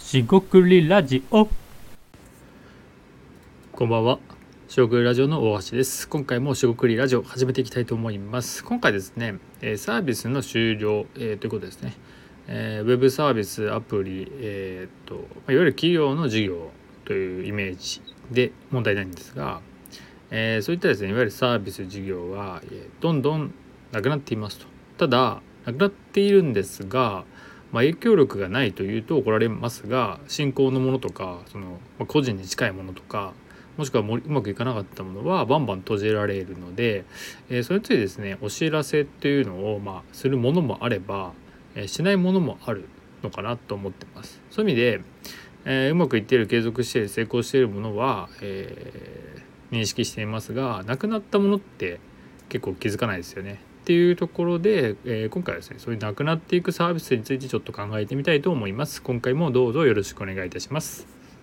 しごくりラジオ。 こんばんは。しごくりラジオの大橋です。今回もしごくりラジオ始めていきたいと思います。今回ですね、サービスの終了、ということですね。ウェブサービスアプリ、いわゆる企業の事業というイメージで問題ないんですが、そういったですね、いわゆるサービス事業は、どんどんなくなっていますと。ただなくなっているんですが、影響力がないというと怒られますが、新興のものとか個人に近いものとか、もしくはうまくいかなかったものはバンバン閉じられるので、それについてですね、お知らせっていうのをするものもあれば、しないものもあるのかなと思ってます。そういう意味で、うまくいっている、継続している、成功しているものは、認識していますが、なくなったものって結構気づかないですよねっていうところで、今回はですね、そういうなくなっていくサービスについてちょっと考えてみたいと思います。今回もどうぞよろしくお願いいたします。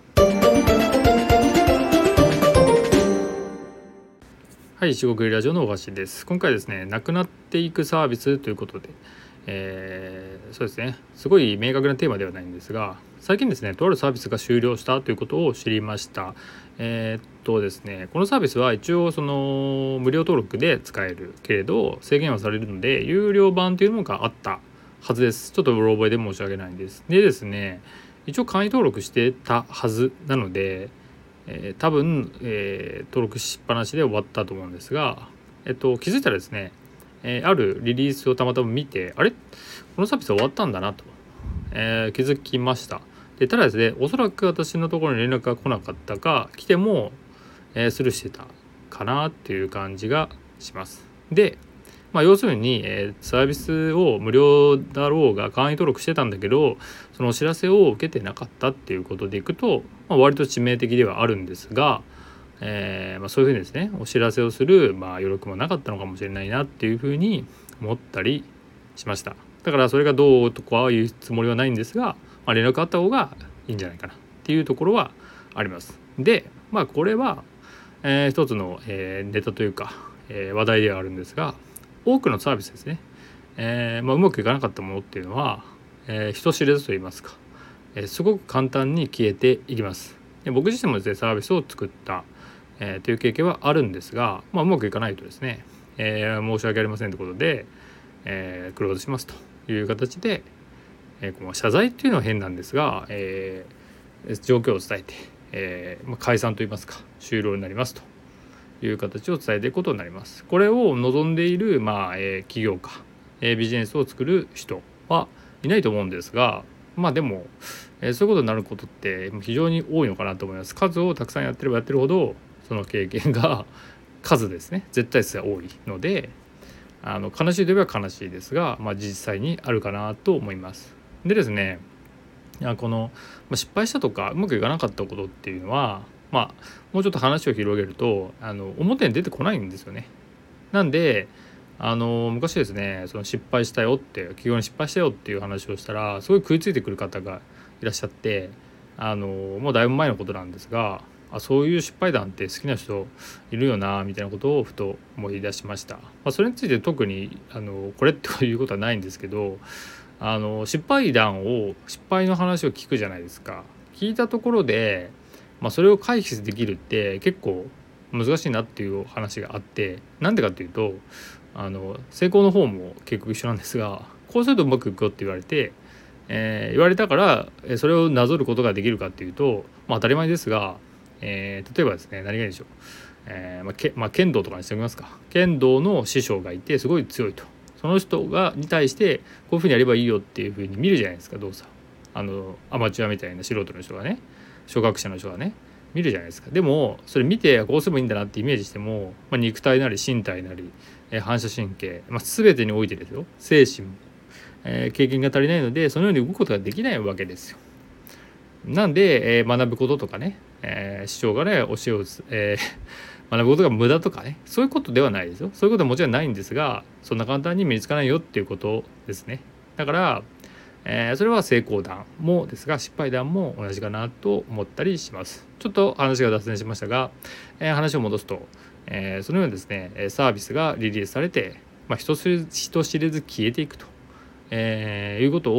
はい、四国ラジオの大橋です。今回ですね、なくなっていくサービスということで、そうですね、すごい明確なテーマではないんですが、最近ですね、とあるサービスが終了したということを知りました。ですね、このサービスは一応無料登録で使えるけれど制限はされるので、有料版というのがあったはずです。ちょっとうろ覚えで申し訳ないんです。でですね、一応会員登録してたはずなので、多分、登録しっぱなしで終わったと思うんですが、気づいたらですね、あるリリースをたまたま見て、あれこのサービス終わったんだなと、気づきました。でただですね、おそらく私のところに連絡が来なかったか、来ても、スルーしてたかなっていう感じがします。で、要するに、サービスを無料だろうが会員登録してたんだけど、そのお知らせを受けてなかったっていうことでいくと、割と致命的ではあるんですが、そういうふうにですね、お知らせをする余力もなかったのかもしれないなっていうふうに思ったりしました。だからそれがどうとかは言うつもりはないんですが、連絡あった方がいいんじゃないかなっていうところはあります。で、これは、一つの、ネタというか、話題ではあるんですが、多くのサービスですね、うまくいかなかったものっていうのは、人知れずと言いますか、すごく簡単に消えていきます。で僕自身もですね、サービスを作った、という経験はあるんですが、うまくいかないとですね、申し訳ありませんということで、クローズしますという形で、謝罪っていうのは変なんですが、状況を伝えて、解散といいますか終了になりますという形を伝えていくことになります。これを望んでいる、企業か、ビジネスを作る人はいないと思うんですが、でも、そういうことになることって非常に多いのかなと思います。数をたくさんやってればやってるほど、その経験が数ですね、絶対数が多いので、悲しいといえば悲しいですが、実際にあるかなと思います。でですね、この失敗したとかうまくいかなかったことっていうのは、もうちょっと話を広げると表に出てこないんですよね。なんで昔ですね、その失敗したよって、企業に失敗したよっていう話をしたらすごい食いついてくる方がいらっしゃって、もうだいぶ前のことなんですが、そういう失敗談って好きな人いるよなみたいなことをふと思い出しました。それについて特にこれっていうことはないんですけど、失敗の話を聞くじゃないですか。聞いたところで、それを回避できるって結構難しいなっていう話があって、なんでかっていうと成功の方も結局一緒なんですが、こうするとうまくいくよって言われて、言われたからそれをなぞることができるかっていうと、当たり前ですが、例えばですね、何がいいでしょう、剣道とかにしておきますか。剣道の師匠がいてすごい強いと、その人に対してこういうふうにやればいいよっていうふうに見るじゃないですか、動作。アマチュアみたいな素人の人がね、初学者の人がね見るじゃないですか。でもそれ見てこうすればいいんだなってイメージしても、肉体なり身体なり、反射神経、全てにおいてですよ、精神も、経験が足りないのでそのように動くことができないわけですよ。なんで、学ぶこととかね、師匠がね教えを、学ぶことが無駄とかね、そういうことではないですよ。そういうことはもちろんないんですが、そんな簡単に身につかないよっていうことですね。だから、それは成功談もですが失敗談も同じかなと思ったりします。ちょっと話が脱線しましたが、話を戻すと、そのようにですねサービスがリリースされて、人知れず消えていくと、いうことを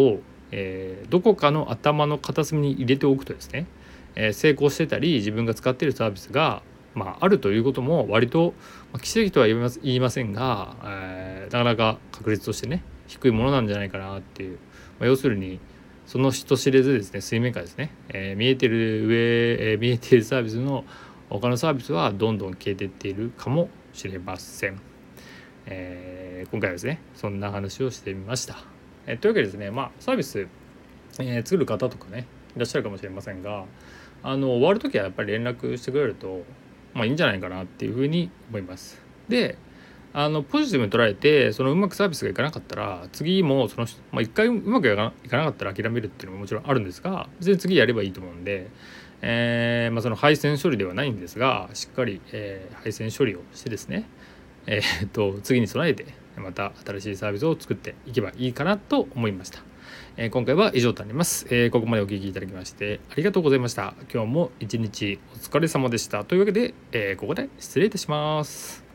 どこかの頭の片隅に入れておくとですね、成功してたり自分が使っているサービスが、あるということも割と、奇跡とは言いませんが、なかなか確率としてね低いものなんじゃないかなっていう、要するにその人知れずですね、水面下ですね、見えてるサービスの他のサービスはどんどん消えていっているかもしれません。今回はですねそんな話をしてみました。というわけでですね、サービス、作る方とかねいらっしゃるかもしれませんが、終わる時はやっぱり連絡してくれるといいんじゃないかなっていうふうに思います。でポジティブに捉えてうまくサービスがいかなかったら次も一回うまくいかなかったら諦めるっていうのももちろんあるんですが、別に次やればいいと思うんで、その配線処理ではないんですがしっかり、配線処理をしてですね、次に備えてまた新しいサービスを作っていけばいいかなと思いました。今回は以上となります。ここまでお聞きいただきましてありがとうございました。今日も一日お疲れ様でした。というわけで、ここで失礼いたします。